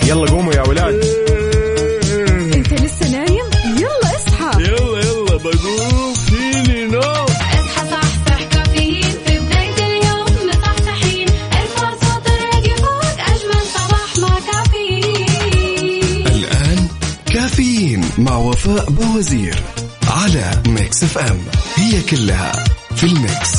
يلا قوموا يا ولاد. انت لسه نايم؟ يلا اصحى. يلا بقوم فيني نوم. اصحى صحصح كافيين في بداية اليوم مصحصحين. ارفع صوت الراديو فوق أجمل صباح مع كافيين. الآن كافيين مع وفاء بوزير على ميكس اف ام. هي كلها في الميكس.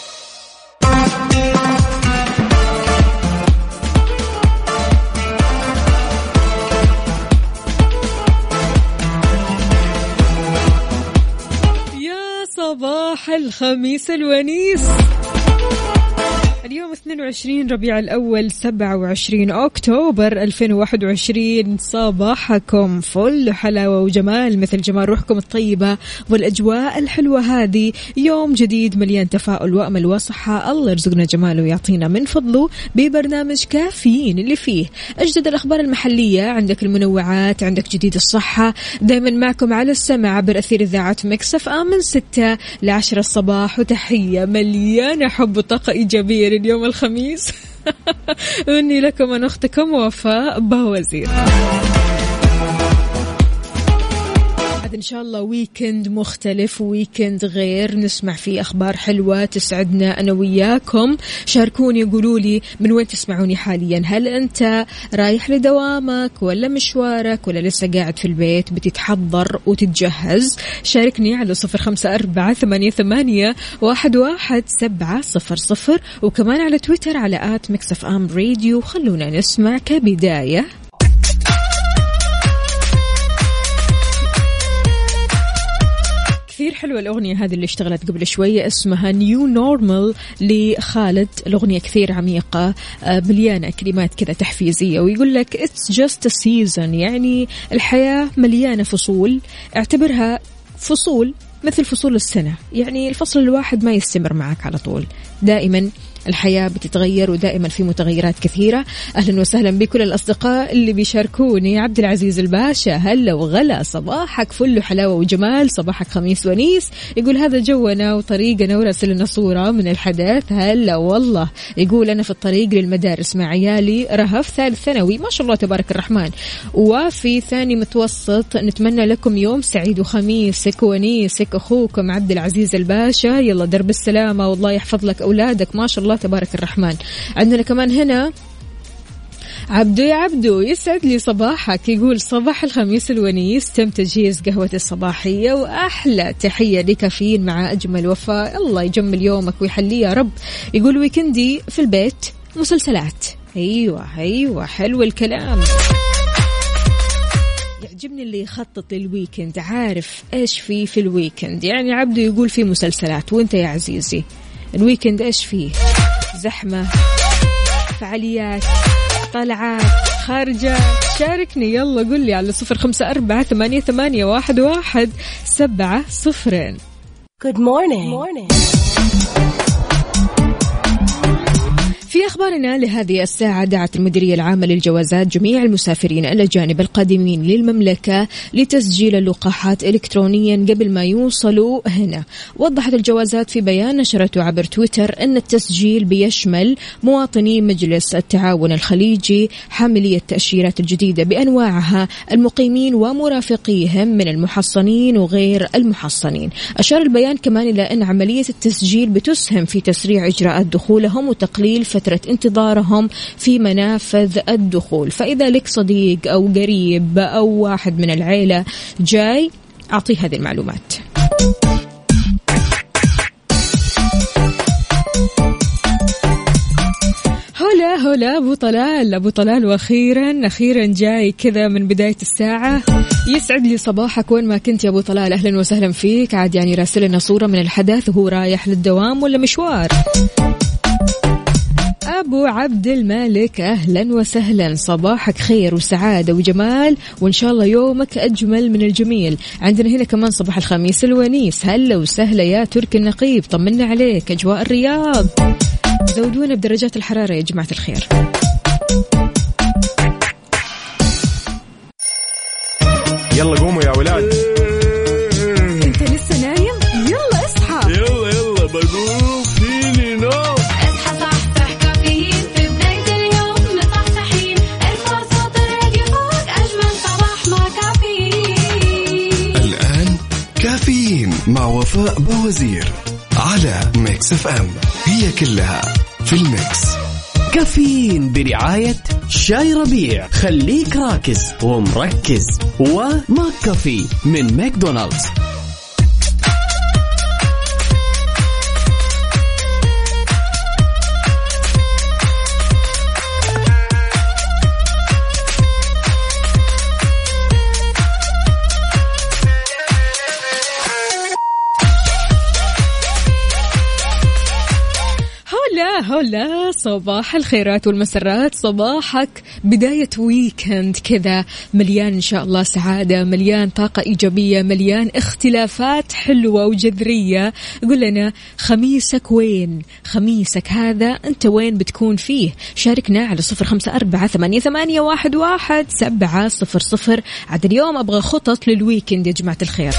صباح الخميس الونيس. اليوم 22 ربيع الأول 27 أكتوبر 2021. صباحكم فل حلاوة وجمال مثل جمال روحكم الطيبة والأجواء الحلوة هذه. يوم جديد مليان تفاؤل وأمل وصحة. الله يرزقنا جماله ويعطينا من فضله ببرنامج كافيين اللي فيه أجدد الأخبار المحلية، عندك المنوعات، عندك جديد الصحة. دايما معكم على السمع عبر أثير إذاعة ميكس اف ام من 6 ل 10 الصباح. وتحية مليانة حب وطاقة إيجابية اليوم الخميس مني لكم أنا أختكم وفاء بوزير. إن شاء الله ويكند مختلف، ويكند غير، نسمع فيه أخبار حلوة تسعدنا أنا وياكم. شاركوني قولوا لي من وين تسمعوني حاليا. هل أنت رايح لدوامك ولا مشوارك ولا لسه قاعد في البيت بتتحضر وتتجهز؟ شاركني على 0548811700 وكمان على تويتر على @mixfmradio. خلونا نسمع كبداية. كثير حلوة الأغنية هذه اللي اشتغلت قبل شوية، اسمها نيو نورمال لخالد. الأغنية كثير عميقة، مليانة كلمات كذا تحفيزية، ويقول لك it's just a season، يعني الحياة مليانة فصول، اعتبرها فصول مثل فصول السنة. يعني الفصل الواحد ما يستمر معك على طول، دائما الحياة بتتغير ودائما في متغيرات كثيرة. أهلا وسهلا بكل الأصدقاء اللي بيشاركوني. عبد العزيز الباشا، هلا وغلا، صباحك فل حلاوة وجمال، صباحك خميس ونيس. يقول هذا جونا وطريقنا، ورسل لنا صورة من الحدث. هلا والله. يقول أنا في الطريق للمدارس مع عيالي، رهف ثالث ثانوي، ما شاء الله تبارك الرحمن، وفي ثاني متوسط. نتمنى لكم يوم سعيد وخميسك ونيسك. أخوكم عبد العزيز الباشا. يلا درب السلامة والله يحفظ لك أولادك، ما شاء الله تبارك الرحمن. عندنا كمان هنا عبدو، يا عبدو يسعد لي صباحك. يقول صباح الخميس الونيس، تم تجهيز قهوة الصباحية، وأحلى تحية لكافيين مع أجمل وفاء. الله يجمل يومك ويحليه يا رب. يقول ويكندي في البيت، مسلسلات. أيوة حلو الكلام. يعجبني اللي يخطط للويكند، عارف إيش في الويكند. يعني عبدو يقول في مسلسلات، وانت يا عزيزي الويكند إيش فيه؟ زحمة، فعاليات، طلعات، خارجات. شاركني يلا، قل لي على 0548811700. Good morning. في أخبارنا لهذه الساعة، دعت المديرية العامة للجوازات جميع المسافرين الأجانب القادمين للمملكة لتسجيل اللقاحات إلكترونيا قبل ما يوصلوا هنا. وضحت الجوازات في بيان نشرته عبر تويتر أن التسجيل بيشمل مواطني مجلس التعاون الخليجي، حاملي التأشيرات الجديدة بأنواعها، المقيمين ومرافقيهم من المحصنين وغير المحصنين. أشار البيان كمان إلى أن عملية التسجيل بتسهم في تسريع إجراءات دخولهم وتقليل فترة انتظارهم في منافذ الدخول. فإذا لك صديق أو قريب أو واحد من العيلة جاي، أعطيه هذه المعلومات. هلا أبو طلال وأخيرا جاي كذا من بداية الساعة. يسعد لي صباحك وين ما كنت يا أبو طلال، أهلا وسهلا فيك. عاد يعني راسل لنا صورة من الحدث وهو رايح للدوام ولا مشوار. أبو عبد المالك، أهلا وسهلا، صباحك خير وسعادة وجمال، وإن شاء الله يومك أجمل من الجميل. عندنا هنا كمان صباح الخميس الونيس، هلا وسهلا يا تركي النقيب، طمنا عليك، أجواء الرياض، زودونا بدرجات الحرارة يا جماعة الخير. يلا قوموا يا ولاد. انت لسه نايم؟ يلا اصحى. يلا بقوم فيني نوم. اصحى صحصح كافيين في بداية اليوم مصحصحين. ارفع صوت الراديو وفاء بوزير على ميكس اف ام. هي كلها في الميكس. كافيين برعاية شاي ربيع، خليك راكز ومركز، وماك كافي من ماكدونالدز. هلا صباح الخيرات والمسرات، صباحك بداية ويكند كذا مليان إن شاء الله سعادة، مليان طاقة إيجابية، مليان اختلافات حلوة وجذرية. قل لنا خميسك وين؟ خميسك هذا أنت وين بتكون فيه؟ شاركنا على 0548811700. عاد اليوم أبغى خطط للويكند يا جماعة الخير.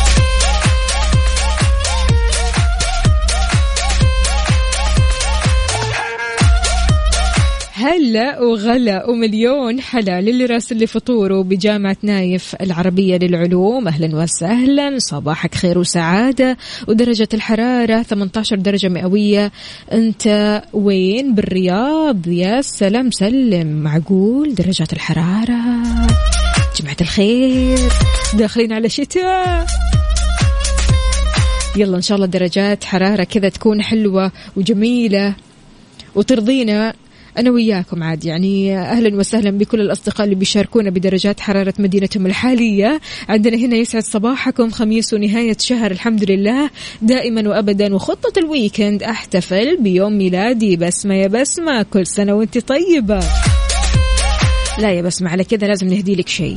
هلا وغلا ومليون حلا للي راسل لي فطوره بجامعة نايف العربية للعلوم. أهلا وسهلا، صباحك خير وسعادة. ودرجة الحرارة 18 درجة مئوية. أنت وين؟ بالرياض. يا سلام سلم، معقول درجات الحرارة جماعة الخير داخلين على شتاء. يلا إن شاء الله درجات حرارة كذا تكون حلوة وجميلة وترضينا أنا وياكم عاد. يعني أهلا وسهلا بكل الأصدقاء اللي بيشاركونا بدرجات حرارة مدينتهم الحالية. عندنا هنا يسعد صباحكم، خميس ونهاية شهر الحمد لله دائما وأبدا. وخطة الويكند أحتفل بيوم ميلادي بسمة. يا بسمة كل سنة وانت طيبة. لا يا بسمة على كذا لازم نهدي لك شيء.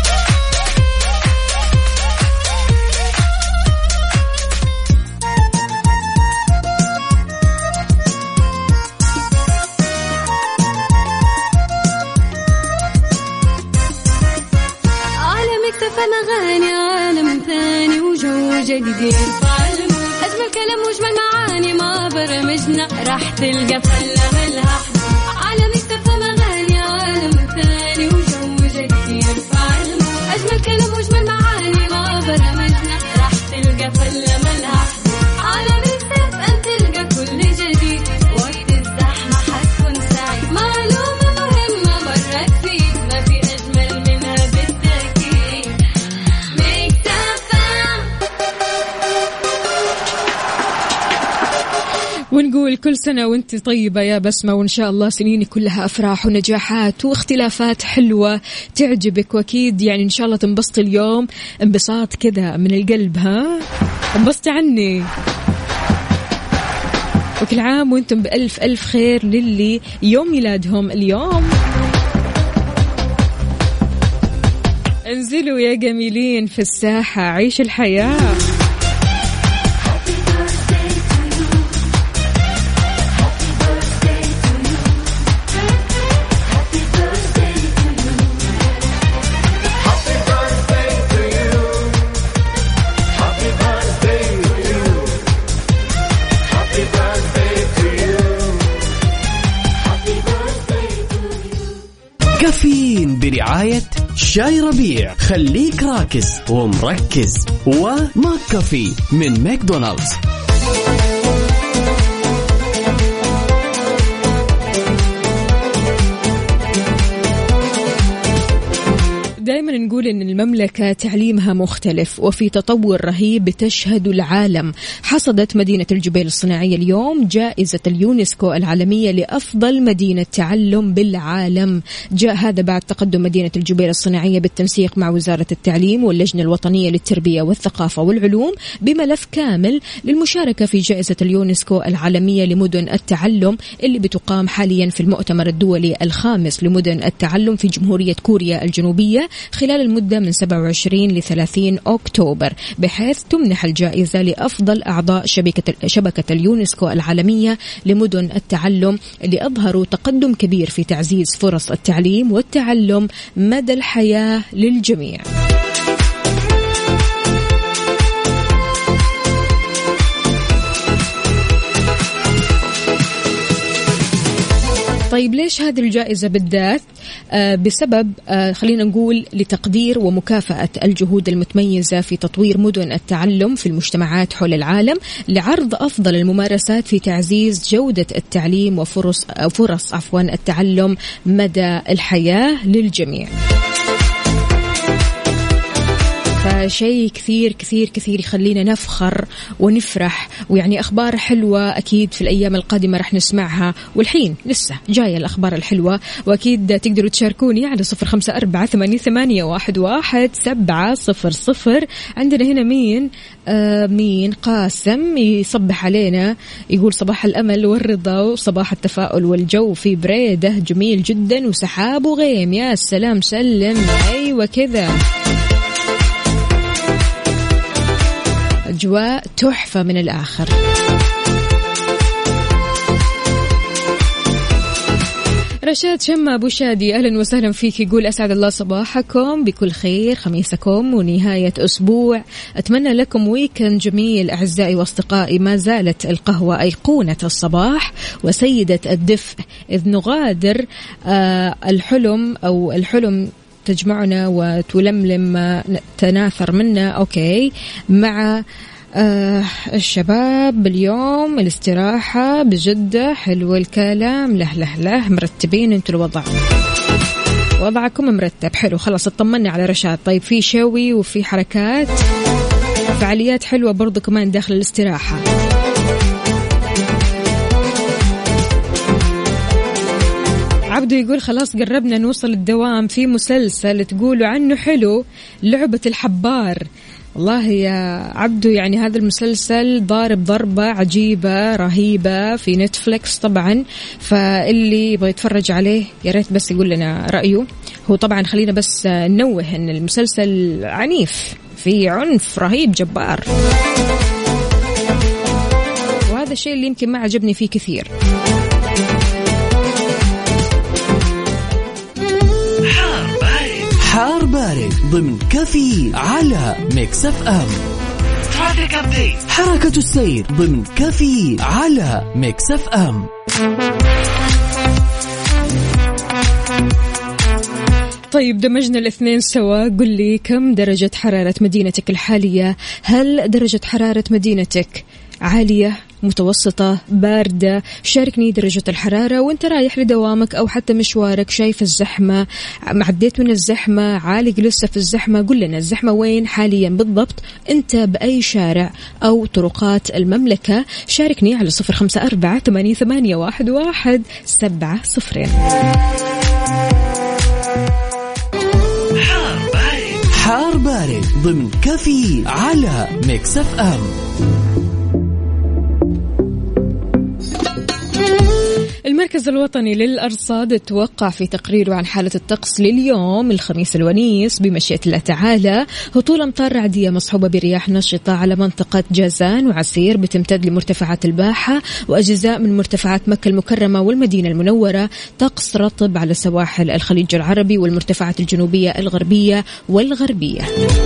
أغاني عالم ثاني وجو جديد، أجمل كلام وأجمل معاني ما برمجنا راح تلقى فلة ملها. عالم يكتفى أغاني عالم ثاني وجو جديد، أجمل كلام وأجمل معاني ما برمجنا راح تلقى فلة ملها. عالم يكتفى أن تلقى كل جديد، وقت الزحمة حتكون سعيد. معلومة مهمة مرة تفيد، ما في أجمل منها بالتأكيد. ونقول كل سنة وانت طيبة يا بسمة، وإن شاء الله سنينك كلها أفراح ونجاحات واختلافات حلوة تعجبك. وأكيد يعني إن شاء الله تنبسط اليوم انبساط كذا من القلب. ها انبسط عني. وكل عام وانتم بألف ألف خير للي يوم ميلادهم اليوم. انزلوا يا جميلين في الساحة، عيش الحياة. كافيين برعاية شاي ربيع، خليك راكز ومركز، وماك كافي من ماكدونالدز. دائما نقول إن المملكة تعليمها مختلف وفي تطور رهيب بتشهد العالم. حصدت مدينة الجبيل الصناعية اليوم جائزة اليونسكو العالمية لأفضل مدينة تعلم بالعالم. جاء هذا بعد تقدم مدينة الجبيل الصناعية بالتنسيق مع وزارة التعليم واللجنة الوطنية للتربية والثقافة والعلوم بملف كامل للمشاركة في جائزة اليونسكو العالمية لمدن التعلم اللي بتقام حاليا في المؤتمر الدولي الخامس لمدن التعلم في جمهورية كوريا الجنوبية خلال المدة من 27 ل 30 أكتوبر، بحيث تمنح الجائزة لأفضل أعضاء شبكة اليونسكو العالمية لمدن التعلم اللي أظهروا تقدم كبير في تعزيز فرص التعليم والتعلم مدى الحياة للجميع. طيب ليش هذه الجائزة بالذات؟ بسبب خلينا نقول لتقدير ومكافأة الجهود المتميزة في تطوير مدن التعلم في المجتمعات حول العالم، لعرض أفضل الممارسات في تعزيز جودة التعليم وفرص التعلم مدى الحياة للجميع. فشيء كثير كثير كثير يخلينا نفخر ونفرح، ويعني أخبار حلوة أكيد في الأيام القادمة رح نسمعها، والحين لسه جاية الأخبار الحلوة، وأكيد تقدروا تشاركوني على 0548811700. عندنا هنا مين قاسم يصبح علينا، يقول صباح الأمل والرضا وصباح التفاؤل، والجو في بريدة جميل جدا وسحاب وغيم. يا سلام سلم، أيوة كذا أجواء تحفة من الآخر. رشاد شمة أبو شادي أهلا وسهلا فيك، يقول أسعد الله صباحكم بكل خير، خميسكم ونهاية أسبوع، أتمنى لكم ويكند جميل أعزائي وأصدقائي. ما زالت القهوة أيقونة الصباح وسيدة الدفء، إذ نغادر الحلم تجمعنا وتلملم ما تناثر منا. أوكي، مع الشباب اليوم الاستراحة بجدة، حلو الكلام، له مرتبين انتوا الوضع، وضعكم مرتب حلو، خلاص اطمنا على رشاد. طيب في شوي وفي حركات فعاليات حلوة برضو كمان داخل الاستراحة. عبدو يقول خلاص قربنا نوصل الدوام، في مسلسل تقولوا عنه حلو، لعبة الحبار. والله يا عبدو يعني هذا المسلسل ضارب ضربة عجيبة رهيبة في نتفليكس طبعا، فاللي يبغى يتفرج عليه يا ريت بس يقول لنا رأيه. هو طبعا خلينا بس ننوه ان المسلسل عنيف، في عنف رهيب جبار، وهذا الشيء اللي يمكن ما عجبني فيه كثير. حار بارد ضمن كفي على ميكس اف ام. ترافيك ابديت، حركة السير ضمن كفي على ميكس اف ام. طيب دمجنا الاثنين سوا، قل لي كم درجة حرارة مدينتك الحالية؟ هل درجة حرارة مدينتك عالية، متوسطة، باردة؟ شاركني درجة الحرارة وانت رايح لدوامك أو حتى مشوارك. شايف الزحمة؟ عديت من الزحمة؟ عالق لسه في الزحمة؟ قل لنا الزحمة وين حاليا بالضبط، انت بأي شارع أو طرقات المملكة. شاركني على 0548811700. حار بارد ضمن كفي على ميكس اف ام. المركز الوطني للأرصاد توقع في تقريره عن حالة الطقس لليوم الخميس الونيس بمشيئة الله تعالى هطول أمطار رعدية مصحوبة برياح نشطة على منطقة جازان وعسير، بتمتد لمرتفعات الباحة وأجزاء من مرتفعات مكة المكرمة والمدينة المنورة. طقس رطب على سواحل الخليج العربي والمرتفعات الجنوبية الغربية والغربية.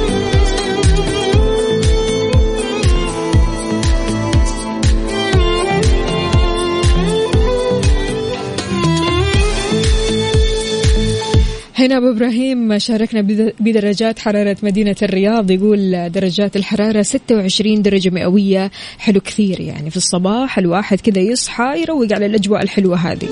هنا أبو إبراهيم شاركنا بدرجات حرارة مدينة الرياض، يقول درجات الحرارة 26 درجة مئوية، حلو كثير يعني في الصباح الواحد كذا يصحى يروق على الأجواء الحلوة هذه.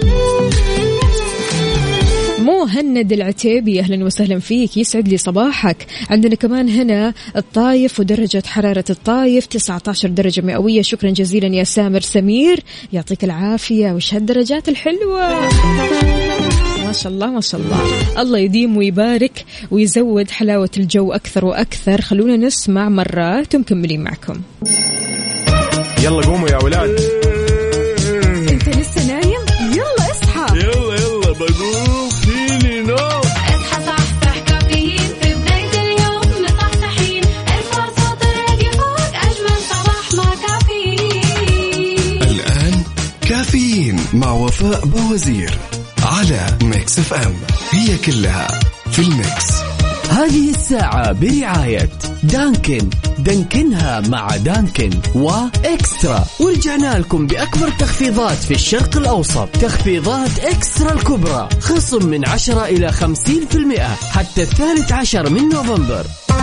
مهند العتيبي أهلا وسهلا فيك، يسعد لي صباحك. عندنا كمان هنا الطايف ودرجة حرارة الطايف 19 درجة مئوية، شكرا جزيلا يا سامر سمير، يعطيك العافية. وش هالدرجات الحلوة، ما شاء الله ما شاء الله، الله يديم ويبارك ويزود حلاوة الجو أكثر وأكثر. خلونا نسمع مرات ومكملين معكم. يلا قوموا يا ولاد. انت لسه نايم؟ يلا اصحى. يلا بقوم فيني نوم. اصحى صحصح كافيين في بداية اليوم مصحصحين، ارفع صوت الراديو فوق أجمل صباح مع كافيين. الآن كافيين مع وفاء بوزير على ميكس اف ام، هي كلها في الميكس. هذه الساعة برعاية دانكن، دانكنها مع دانكن، وإكسترا. ورجعنا لكم بأكبر تخفيضات في الشرق الأوسط، تخفيضات إكسترا الكبرى، خصم من 10 إلى 50% حتى 13 من نوفمبر.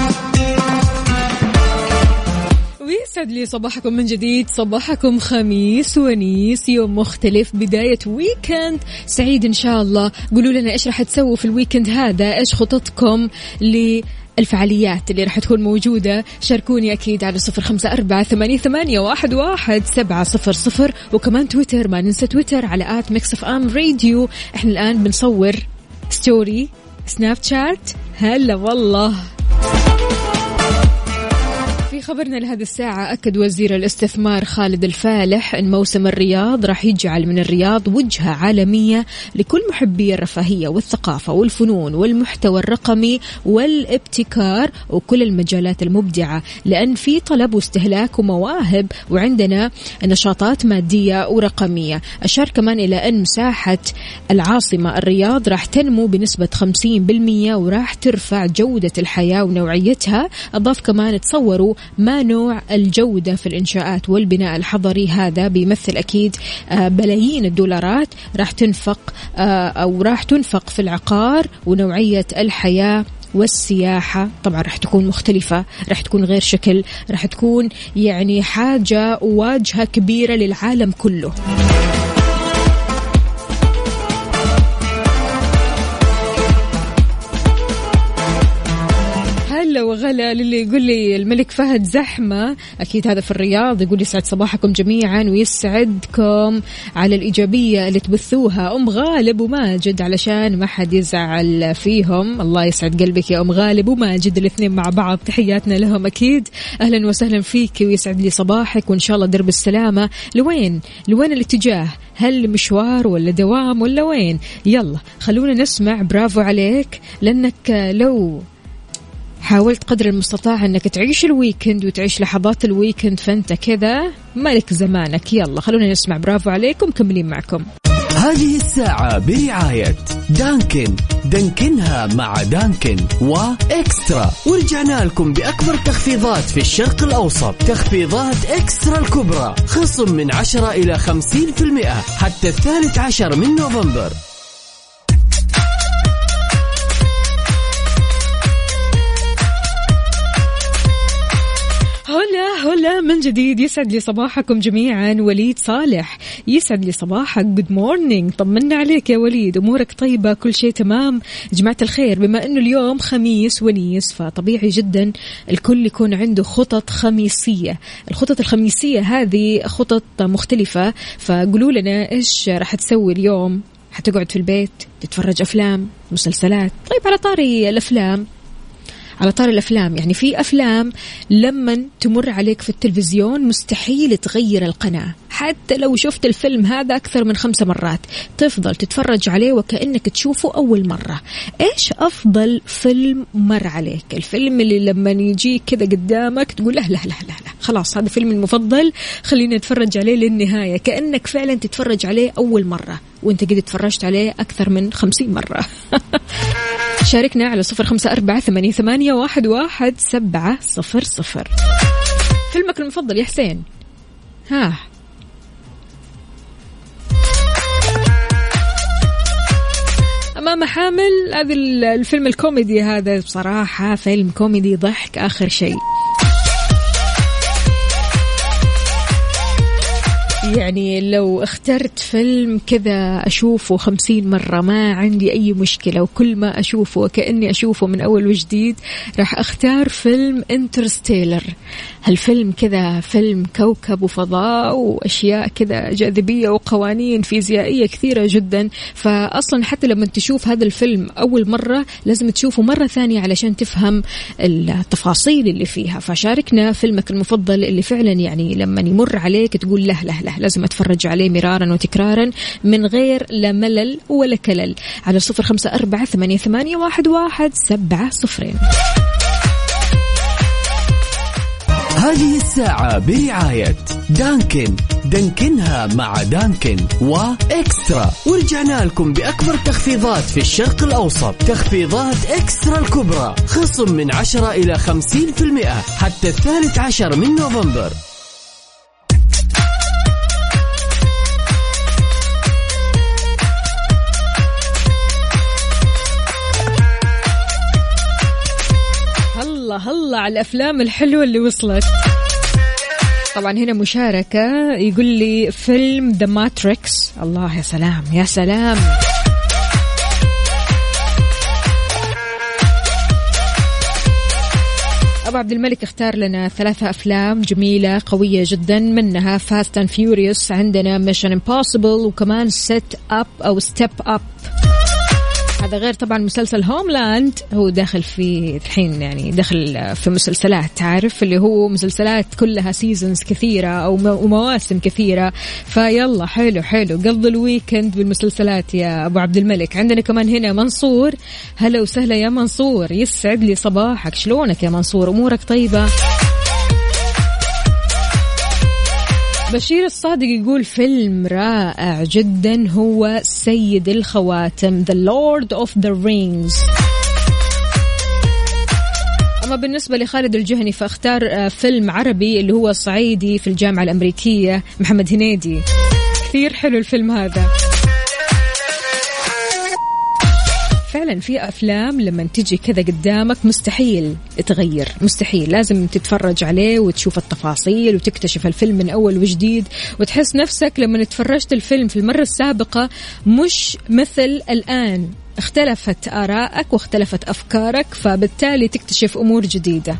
ويسعد لي صباحكم من جديد، صباحكم خميس ونيس، يوم مختلف، بداية ويكند سعيد إن شاء الله. قولوا لنا إيش راح تسووا في الويكند هذا، إيش خططكم الفعاليات اللي راح تكون موجودة. شاركوني أكيد على 0548811700، وكمان تويتر، ما ننسى تويتر على @mixfmradio. احنا الآن بنصور ستوري سناب شات. هلا والله. في خبرنا لهذه الساعة، أكد وزير الاستثمار خالد الفالح أن موسم الرياض راح يجعل من الرياض وجهة عالمية لكل محبي الرفاهية والثقافة والفنون والمحتوى الرقمي والابتكار وكل المجالات المبدعة، لأن في طلب واستهلاك ومواهب، وعندنا نشاطات مادية ورقمية. أشار كمان إلى أن مساحة العاصمة الرياض راح تنمو بنسبة 50% وراح ترفع جودة الحياة ونوعيتها. أضاف كمان تصوروا ما نوع الجودة في الإنشاءات والبناء الحضري، هذا بيمثل أكيد بلايين الدولارات راح تنفق أو راح تنفق في العقار ونوعية الحياة والسياحة. طبعا راح تكون مختلفة، راح تكون غير شكل، راح تكون يعني حاجة واجهة كبيرة للعالم كله. هلا وغلا للي يقول لي الملك فهد زحمة، أكيد هذا في الرياض. يقول يسعد صباحكم جميعا ويسعدكم على الإيجابية اللي تبثوها. أم غالب وماجد علشان ما حد يزعل فيهم. الله يسعد قلبك يا أم غالب وماجد، الاثنين مع بعض، تحياتنا لهم أكيد. أهلا وسهلا فيك ويسعد لي صباحك، وإن شاء الله درب السلامة. لوين الاتجاه؟ هل مشوار ولا دوام ولا وين؟ يلا خلونا نسمع برافو عليك، لأنك لو حاولت قدر المستطاع أنك تعيش الويكند وتعيش لحظات الويكند فأنت كذا ملك زمانك. يلا خلونا نسمع برافو عليكم، كملين معكم. هذه الساعة برعاية دانكن، دانكنها مع دانكن، وإكسترا. ورجعنا لكم بأكبر تخفيضات في الشرق الأوسط، تخفيضات إكسترا الكبرى، خصم من 10 إلى 50% حتى 13 من نوفمبر. هلا من جديد، يسعد لي صباحكم جميعا. وليد صالح يسعد لي صباحك، جود مورنينج، طمنا عليك يا وليد، أمورك طيبة، كل شيء تمام جماعة الخير. بما أنه اليوم خميس ونيس فطبيعي جدا الكل يكون عنده خطط خميسية. الخطط الخميسية هذه خطط مختلفة، فقولوا لنا إيش راح تسوي اليوم. حتقعد في البيت تتفرج أفلام مسلسلات؟ طيب على طار الأفلام يعني في أفلام لما تمر عليك في التلفزيون مستحيل تغير القناة، حتى لو شفت الفيلم هذا أكثر من 5 مرات تفضل تتفرج عليه وكأنك تشوفه أول مرة. إيش أفضل فيلم مر عليك؟ الفيلم اللي لما يجيك كذا قدامك تقول لا خلاص هذا فيلم المفضل، خلينا نتفرج عليه للنهاية، كأنك فعلا تتفرج عليه أول مرة وانت قد تفرجت عليه أكثر من 50 مرة. شاركنا على 0548811700. فيلمك المفضل يا حسين؟ أمام حامل، هذا الفيلم الكوميدي هذا بصراحة فيلم كوميدي ضحك آخر شيء. يعني لو اخترت فيلم كذا أشوفه 50 مرة ما عندي أي مشكلة، وكل ما أشوفه وكأني أشوفه من أول وجديد، راح أختار فيلم انترستيلر. هالفيلم كذا فيلم كوكب وفضاء وأشياء كذا جاذبية وقوانين فيزيائية كثيرة جدا، فأصلا حتى لما تشوف هذا الفيلم أول مرة لازم تشوفه مرة ثانية علشان تفهم التفاصيل اللي فيها. فشاركنا فيلمك المفضل اللي فعلا يعني لما يمر عليك تقول له لازم أتفرج عليه مرارا وتكرارا من غير لا ملل ولا كلل، على 0548811700. هذه الساعة برعاية دانكن، دانكنها مع دانكن وإكسترا. ورجعنا لكم بأكبر تخفيضات في الشرق الأوسط، تخفيضات إكسترا الكبرى، خصم من 10 إلى 50% حتى 13 من نوفمبر. هلا على الأفلام الحلوة اللي وصلت. طبعا هنا مشاركة، يقول لي فيلم The Matrix. الله يا سلام يا سلام. أبو عبد الملك اختار لنا 3 أفلام جميلة قوية جدا، منها Fast and Furious، عندنا Mission Impossible، وكمان Set Up أو Step Up. هذا غير طبعا مسلسل هوملاند، هو داخل في الحين يعني داخل في مسلسلات، تعرف اللي هو مسلسلات كلها سيزونز كثيرة أو مواسم كثيرة. فيلا حلو قضي الويكند بالمسلسلات يا أبو عبد الملك. عندنا كمان هنا منصور، هلا وسهلا يا منصور، يسعد لي صباحك، شلونك يا منصور؟ أمورك طيبة؟ بشير الصادق يقول فيلم رائع جدا هو سيد الخواتم، The Lord of the Rings. أما بالنسبة لخالد الجهني فاختار فيلم عربي اللي هو صعيدي في الجامعة الأمريكية، محمد هنيدي. كثير حلو الفيلم هذا. فعلا في أفلام لما تجي كذا قدامك مستحيل تغير، مستحيل، لازم تتفرج عليه وتشوف التفاصيل وتكتشف الفيلم من أول وجديد، وتحس نفسك لما تفرجت الفيلم في المرة السابقة مش مثل الآن، اختلفت آرائك واختلفت أفكارك، فبالتالي تكتشف أمور جديدة.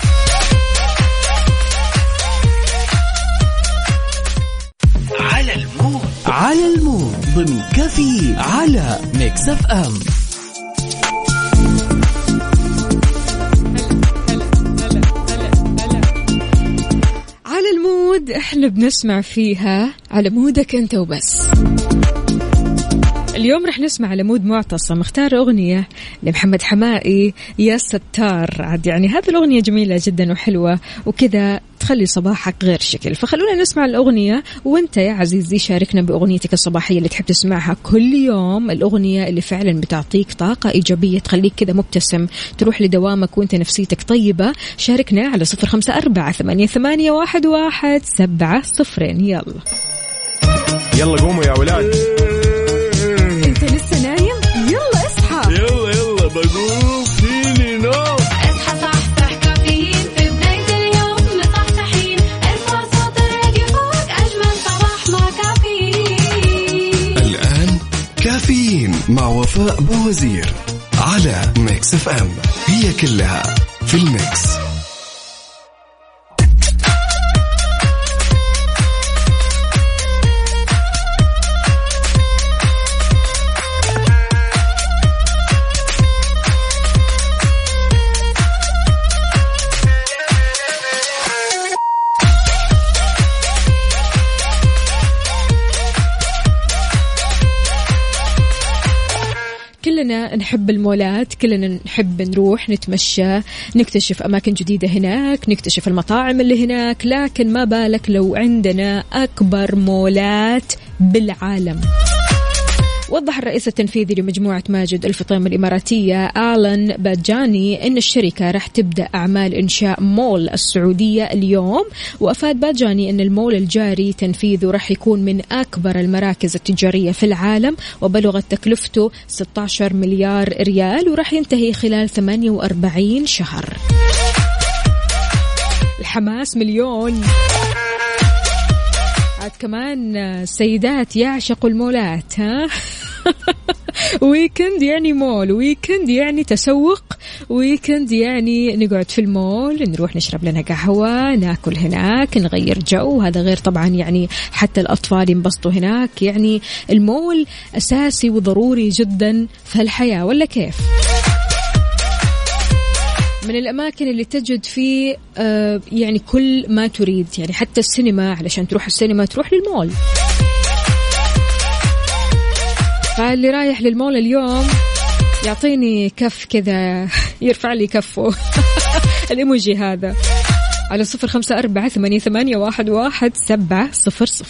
على المود ضمن كافيين على ميكس اف ام. على المود احنا بنسمع فيها على مودك انت وبس. اليوم رح نسمع على مود معتصم، اختار أغنية لمحمد حمائي يا ستار. عاد يعني هذه الأغنية جميلة جدا وحلوة وكذا تخلي صباحك غير شكل، فخلونا نسمع الأغنية وانت يا عزيزي شاركنا بأغنيتك الصباحية اللي تحب تسمعها كل يوم، الأغنية اللي فعلا بتعطيك طاقة إيجابية تخليك كذا مبتسم تروح لدوامك وانت نفسيتك طيبة. شاركنا على 0548811700. يلا قوموا يا ولاد. انت لسه نايم؟ يلا اصحى. يلا بقوم فيني نوم. اصحى صحصح كافيين في بداية اليوم مصحصحين، ارفع صوت الراديو فوق أجمل صباح مع كافيين. الآن كافيين مع وفاء بوزير على ميكس اف ام، هي كلها في الميكس. كلنا نحب المولات، كلنا نحب نروح نتمشى نكتشف أماكن جديدة هناك، نكتشف المطاعم اللي هناك، لكن ما بالك لو عندنا أكبر مولات بالعالم. وضح الرئيس التنفيذي لمجموعة ماجد الفطيم الإماراتية آلان باجاني أن الشركة راح تبدأ أعمال إنشاء مول السعودية اليوم، وأفاد باجاني أن المول الجاري تنفيذه راح يكون من أكبر المراكز التجارية في العالم، وبلغت تكلفته 16 مليار ريال، وراح ينتهي خلال 48 شهر. الحماس مليون. كمان السيدات يعشقوا المولات، ها؟ ويكند يعني مول، ويكند يعني تسوق، ويكند يعني نقعد في المول، نروح نشرب لنا قهوة، ناكل هناك، نغير جو. هذا غير طبعا يعني حتى الأطفال ينبسطوا هناك. يعني المول أساسي وضروري جدا في الحياة، ولا كيف؟ من الأماكن اللي تجد فيه يعني كل ما تريد، يعني حتى السينما، علشان تروح السينما تروح للمول. فاللي رايح للمول اليوم يعطيني كف كذا، يرفع لي كفه الإيموجي هذا. على 0548811700.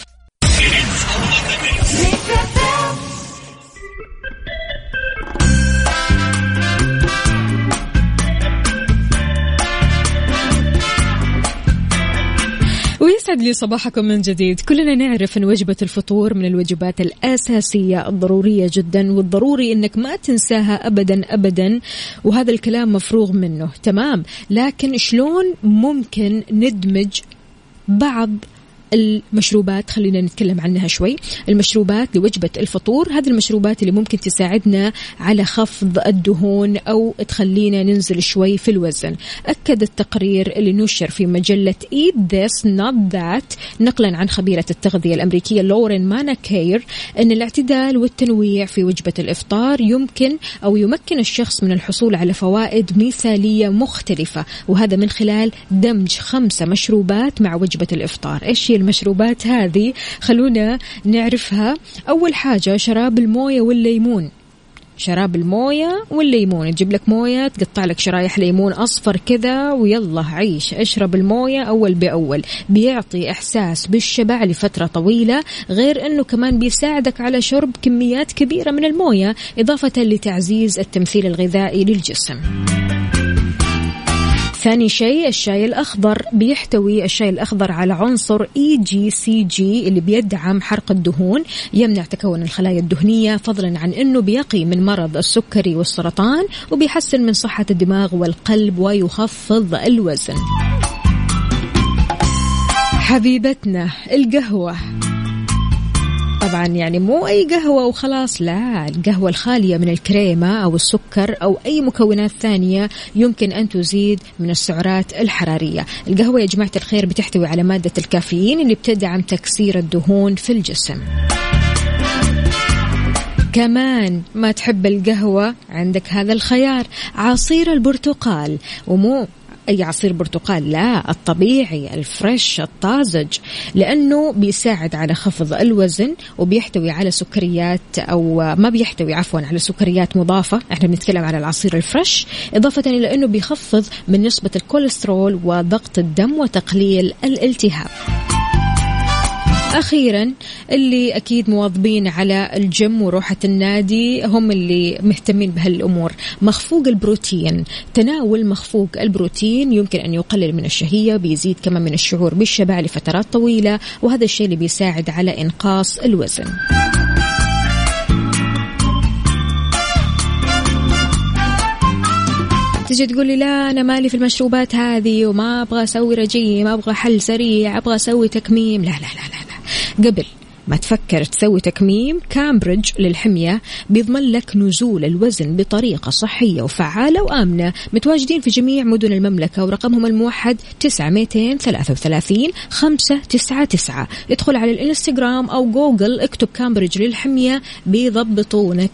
ويسعد لي صباحكم من جديد. كلنا نعرف أن وجبة الفطور من الوجبات الأساسية الضرورية جدا، والضروري أنك ما تنساها أبدا أبدا، وهذا الكلام مفروغ منه تمام. لكن شلون ممكن ندمج بعض المشروبات؟ خلينا نتكلم عنها شوي. المشروبات لوجبة الفطور، هذه المشروبات اللي ممكن تساعدنا على خفض الدهون أو تخلينا ننزل شوي في الوزن. أكد التقرير اللي نشر في مجلة Eat This Not That نقلا عن خبيرة التغذية الأمريكية لورين ماناكير أن الاعتدال والتنويع في وجبة الإفطار يمكن الشخص من الحصول على فوائد مثالية مختلفة، وهذا من خلال دمج 5 مشروبات مع وجبة الإفطار. إيش هي المشروبات هذه؟ خلونا نعرفها. أول حاجة شراب الموية والليمون. شراب الموية والليمون، تجيب لك موية تقطع لك شرايح ليمون أصفر كذا ويلا عيش اشرب الموية أول بأول. بيعطي إحساس بالشبع لفترة طويلة، غير أنه كمان بيساعدك على شرب كميات كبيرة من الموية، إضافة لتعزيز التمثيل الغذائي للجسم. ثاني شيء الشاي الأخضر. بيحتوي الشاي الأخضر على عنصر EGCG اللي بيدعم حرق الدهون، يمنع تكون الخلايا الدهنية، فضلا عن أنه بيقي من مرض السكري والسرطان، وبيحسن من صحة الدماغ والقلب ويخفض الوزن. حبيبتنا القهوة، طبعا يعني مو أي قهوة وخلاص، لا، القهوة الخالية من الكريمة أو السكر أو أي مكونات ثانية يمكن أن تزيد من السعرات الحرارية. القهوة يا جماعة الخير بتحتوي على مادة الكافيين اللي بتدعم تكسير الدهون في الجسم. كمان ما تحب القهوة، عندك هذا الخيار، عصير البرتقال، ومو أي عصير برتقال، لا، الطبيعي الفريش الطازج، لأنه بيساعد على خفض الوزن، وبيحتوي على سكريات أو ما بيحتوي على سكريات مضافة. احنا بنتكلم على العصير الفريش، إضافة إلى أنه بيخفض من نسبة الكوليسترول وضغط الدم وتقليل الالتهاب. أخيرا اللي أكيد مواظبين على الجيم وروحة النادي هم اللي مهتمين بهالأمور، مخفوق البروتين. تناول مخفوق البروتين يمكن أن يقلل من الشهية، بيزيد كمان من الشعور بالشبع لفترات طويلة، وهذا الشيء اللي بيساعد على إنقاص الوزن. تجي تقول لي لا أنا مالي في المشروبات هذه وما أبغى أسوي رجيم، أبغى حل سريع، أبغى أسوي تكميم. لا لا لا لا لا. قبل ما تفكر تسوي تكميم، كامبريدج للحمية بيضمن لك نزول الوزن بطريقة صحية وفعالة وآمنة. متواجدين في جميع مدن المملكة، ورقمهم الموحد 9-233-599. ادخل على الانستغرام أو جوجل اكتب كامبريدج للحمية بيضبطونك.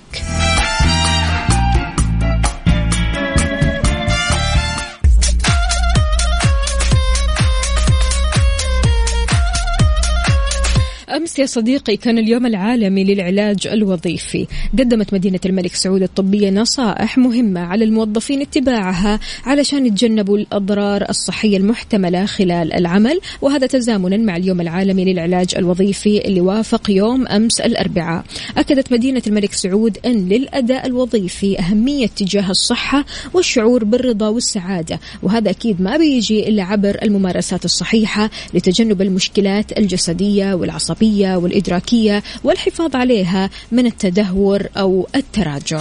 أمس يا صديقي كان اليوم العالمي للعلاج الوظيفي. قدمت مدينة الملك سعود الطبية نصائح مهمة على الموظفين اتباعها علشان يتجنبوا الأضرار الصحية المحتملة خلال العمل، وهذا تزامنا مع اليوم العالمي للعلاج الوظيفي اللي وافق يوم أمس الأربعاء. أكدت مدينة الملك سعود أن للأداء الوظيفي أهمية تجاه الصحة والشعور بالرضا والسعادة، وهذا أكيد ما بيجي إلا عبر الممارسات الصحيحة لتجنب المشكلات الجسدية والعصبية والإدراكية والحفاظ عليها من التدهور أو التراجع.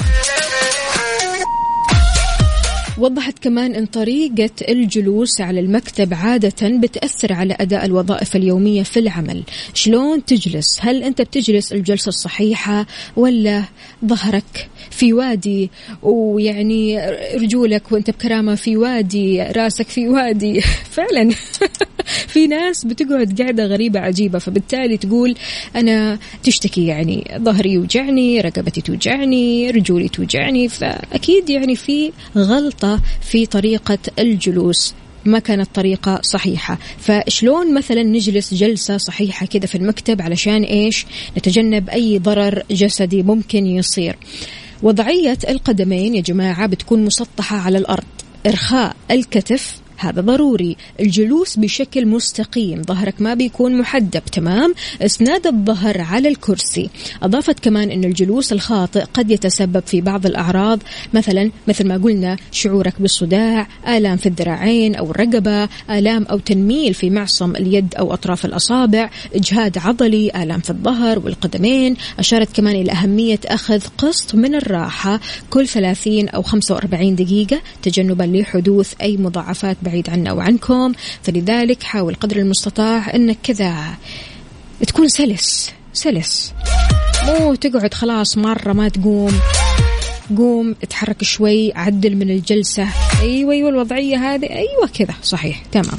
وضحت كمان أن طريقة الجلوس على المكتب عادة بتأثر على أداء الوظائف اليومية في العمل. شلون تجلس؟ هل أنت بتجلس الجلسة الصحيحة ولا ظهرك في وادي ويعني رجولك وأنت بكرامة في وادي، راسك في وادي؟ فعلا في ناس بتقعد قاعدة غريبة عجيبة، فبالتالي تقول أنا تشتكي يعني ظهري يوجعني، رقبتي توجعني، رجولي توجعني، فأكيد يعني في غلطة في طريقة الجلوس، ما كانت طريقة صحيحة. فشلون مثلا نجلس جلسة صحيحة كده في المكتب علشان إيش؟ نتجنب أي ضرر جسدي ممكن يصير. وضعية القدمين يا جماعة بتكون مسطحة على الأرض، إرخاء الكتف هذا ضروري. الجلوس بشكل مستقيم، ظهرك ما بيكون محدب، تمام. اسناد الظهر على الكرسي. أضافت كمان أن الجلوس الخاطئ قد يتسبب في بعض الأعراض، مثل ما قلنا شعورك بالصداع، آلام في الذراعين أو الرقبة، آلام أو تنميل في معصم اليد أو أطراف الأصابع، إجهاد عضلي، آلام في الظهر والقدمين. أشارت كمان إلى أهمية أخذ قسط من الراحة كل 30 أو 45 دقيقة تجنبا لحدوث أي مضاعفات بعيد عنا أو عنكم. فلذلك حاول قدر المستطاع أنك كذا تكون سلس، مو تقعد خلاص مرة ما تقوم. قوم اتحرك شوي، عدل من الجلسة. أيوة الوضعية هذه، أيوة كذا صحيح، تمام.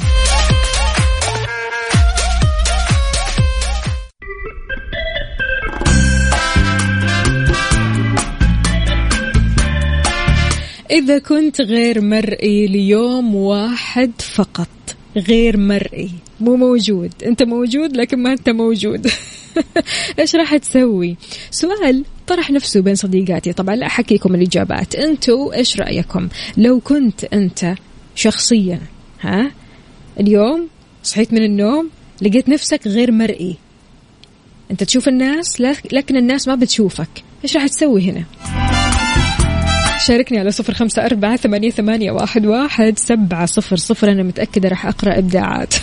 إذا كنت غير مرئي ليوم واحد فقط، غير مرئي، مو موجود، أنت موجود لكن ما أنت موجود، إيش راح تسوي؟ سؤال طرح نفسه بين صديقاتي، طبعا لا أحكيكم الإجابات، أنتوا إيش رأيكم؟ لو كنت أنت شخصيا اليوم صحيت من النوم لقيت نفسك غير مرئي، أنت تشوف الناس لكن الناس ما بتشوفك، إيش راح تسوي هنا؟ شاركني على 0548811700. أنا متأكدة راح أقرأ إبداعات.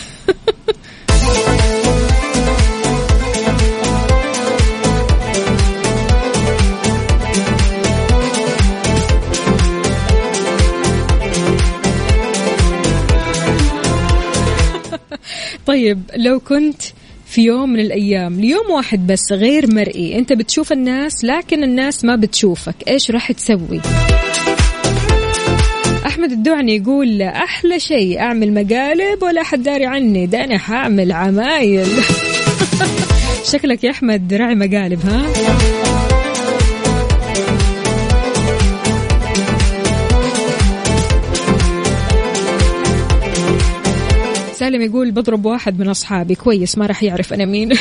طيب لو كنت في يوم من الأيام ليوم واحد بس غير مرئي، أنت بتشوف الناس لكن الناس ما بتشوفك، إيش راح تسوي؟ أحمد الدعني يقول أحلى شيء أعمل مقالب ولا حد داري عني، ده أنا حأعمل عمايل. شكلك يا أحمد راعي مقالب، ها؟ سالم يقول بضرب واحد من أصحابي، كويس ما راح يعرف أنا مين.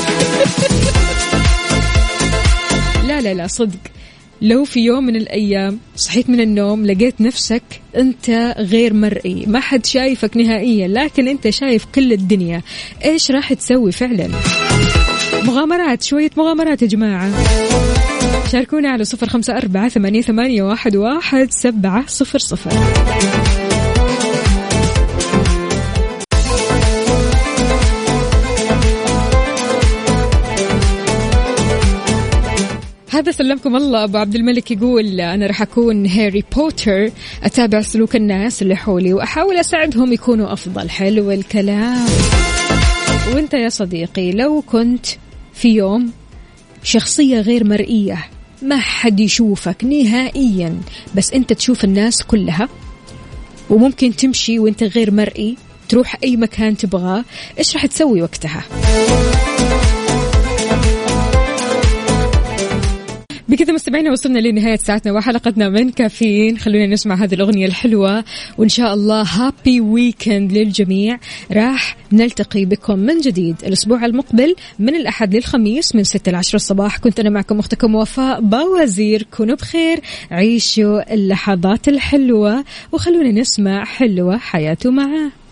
لا صدق، لو في يوم من الأيام صحيت من النوم لقيت نفسك أنت غير مرئي، ما حد شايفك نهائيا لكن أنت شايف كل الدنيا، إيش راح تسوي فعلا؟ مغامرات، شوية مغامرات يا جماعة. شاركونا على 0548811700. هذا سلمكم الله. أبو عبد الملك يقول أنا رح أكون هاري بوتر، أتابع سلوك الناس اللي حولي وأحاول أساعدهم يكونوا أفضل. حلو الكلام. وانت يا صديقي لو كنت في يوم شخصية غير مرئية، ما حد يشوفك نهائيا بس أنت تشوف الناس كلها، وممكن تمشي وانت غير مرئي تروح أي مكان تبغاه، إيش رح تسوي وقتها؟ بكذا مستمعينا وصلنا لنهاية ساعتنا وحلقتنا من كافيين. خلونا نسمع هذه الأغنية الحلوة وإن شاء الله هابي ويكند للجميع. راح نلتقي بكم من جديد الأسبوع المقبل من الأحد للخميس من 6 ل 10 الصباح. كنت أنا معكم أختكم وفاء باوزير. كونوا بخير، عيشوا اللحظات الحلوة وخلونا نسمع حلوة حياته معاه.